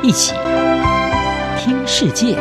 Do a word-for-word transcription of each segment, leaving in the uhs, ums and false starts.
一起听世界。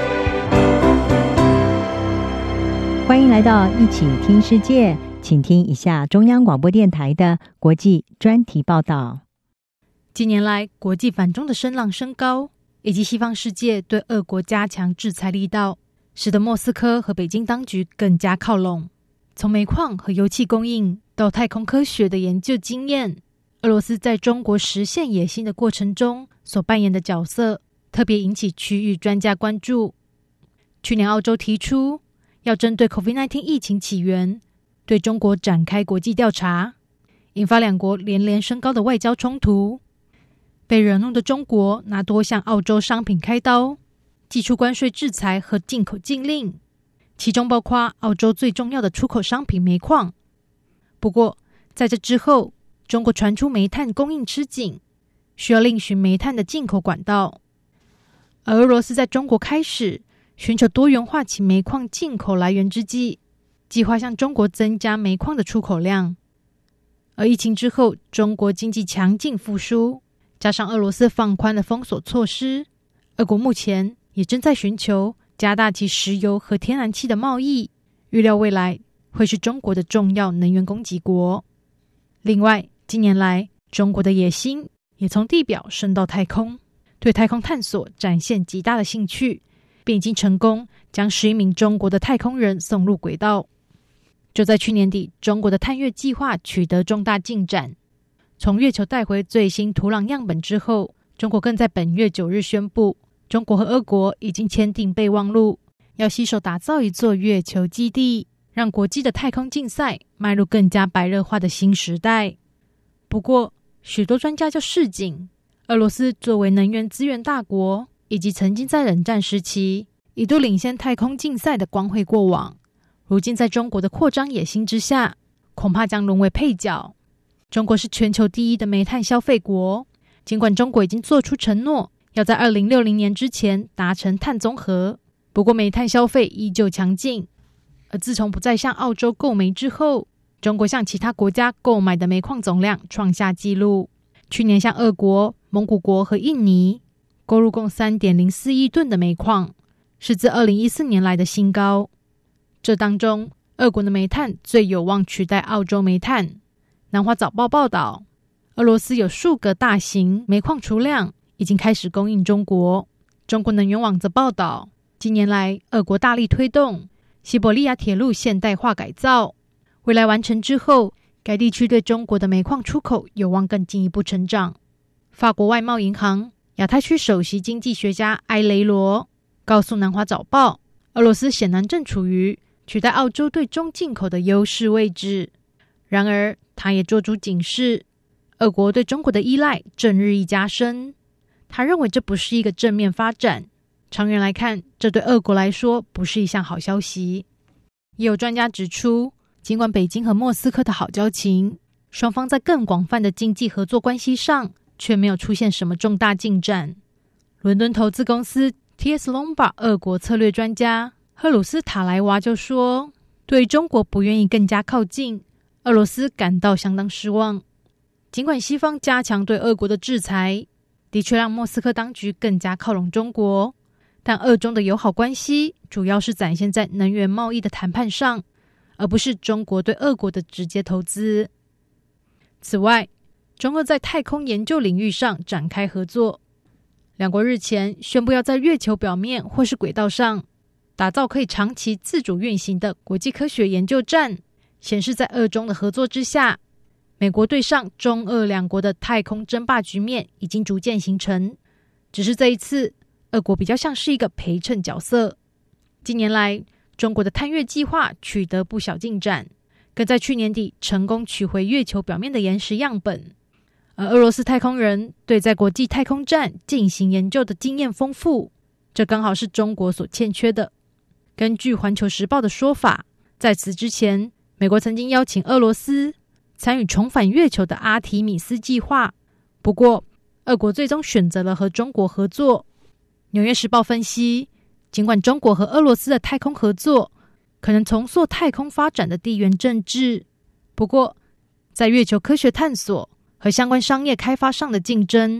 欢迎来到一起听世界，请听一下中央广播电台的国际专题报道。 近年来，国际反中的声浪升高，以及西方世界对俄国加强制裁力道，使得莫斯科和北京当局更加靠拢。从煤矿和油气供应到太空科学的研究经验，俄罗斯在中国实现野心的过程中所扮演的角色，特别引起区域专家关注。去年澳洲提出要针对 COVID 十九 疫情起源对中国展开国际调查，引发两国连连升高的外交冲突。被惹怒的中国拿多项澳洲商品开刀，祭出关税制裁和进口禁令，其中包括澳洲最重要的出口商品煤矿。不过在这之后，中国传出煤炭供应吃紧，需要另寻煤炭的进口管道。而俄罗斯在中国开始寻求多元化其煤矿进口来源之际，计划向中国增加煤矿的出口量。而疫情之后，中国经济强劲复苏，加上俄罗斯放宽了封锁措施，俄国目前也正在寻求加大其石油和天然气的贸易，预料未来会是中国的重要能源供给国。另外，近年来中国的野心也从地表升到太空，对太空探索展现极大的兴趣，并已经成功将十一名中国的太空人送入轨道。就在去年底，中国的探月计划取得重大进展，从月球带回最新土壤样本之后，中国更在本月九日宣布，中国和俄国已经签订备忘录，要携手打造一座月球基地，让国际的太空竞赛迈入更加白热化的新时代。不过，许多专家就示警，俄罗斯作为能源资源大国，以及曾经在冷战时期一度领先太空竞赛的光辉过往，如今在中国的扩张野心之下，恐怕将沦为配角。中国是全球第一的煤炭消费国，尽管中国已经做出承诺，要在二零六零年之前达成碳中和，不过煤炭消费依旧强劲。而自从不再向澳洲购煤之后，中国向其他国家购买的煤矿总量创下纪录，去年向俄国、蒙古国和印尼购入共 三点零四亿吨的煤矿，是自二零一四年来的新高。这当中，俄国的煤炭最有望取代澳洲煤炭。南华早报报道，俄罗斯有数个大型煤矿储量已经开始供应中国。中国能源网则报道，近年来俄国大力推动西伯利亚铁路现代化改造，未来完成之后，该地区对中国的煤矿出口有望更进一步成长。法国外贸银行亚太区首席经济学家埃雷罗告诉南华早报，俄罗斯显然正处于取代澳洲对中进口的优势位置。然而，他也做出警示，俄国对中国的依赖正日益加深。他认为这不是一个正面发展，长远来看，这对俄国来说不是一项好消息。也有专家指出，尽管北京和莫斯科的好交情，双方在更广泛的经济合作关系上却没有出现什么重大进展。伦敦投资公司 T S Lombard 俄国策略专家赫鲁斯塔莱娃就说，对于中国不愿意更加靠近，俄罗斯感到相当失望。尽管西方加强对俄国的制裁，的确让莫斯科当局更加靠拢中国，但俄中的友好关系主要是展现在能源贸易的谈判上，而不是中国对俄国的直接投资。此外，中俄在太空研究领域上展开合作，两国日前宣布要在月球表面或是轨道上打造可以长期自主运行的国际科学研究站，显示在俄中的合作之下，美国对上中俄两国的太空争霸局面已经逐渐形成。只是这一次，俄国比较像是一个陪衬角色。近年来，中国的探月计划取得不小进展，更在去年底成功取回月球表面的岩石样本。而俄罗斯太空人对在国际太空站进行研究的经验丰富，这刚好是中国所欠缺的。根据环球时报的说法，在此之前，美国曾经邀请俄罗斯参与重返月球的阿提米斯计划，不过俄国最终选择了和中国合作。纽约时报分析，尽管中国和俄罗斯的太空合作可能重塑太空发展的地缘政治，不过在月球科学探索和相关商业开发上的竞争，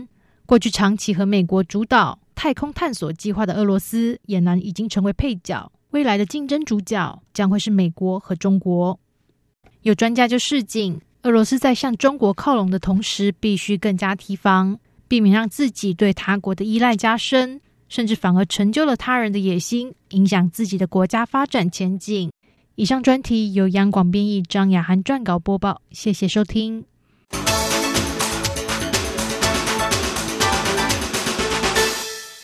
过去长期和美国主导太空探索计划的俄罗斯俨然已经成为配角，未来的竞争主角将会是美国和中国。有专家就示警，俄罗斯在向中国靠拢的同时，必须更加提防，避免让自己对他国的依赖加深，甚至反而成就了他人的野心，影响自己的国家发展前景。以上专题由央广编译张雅涵撰稿播报，谢谢收听。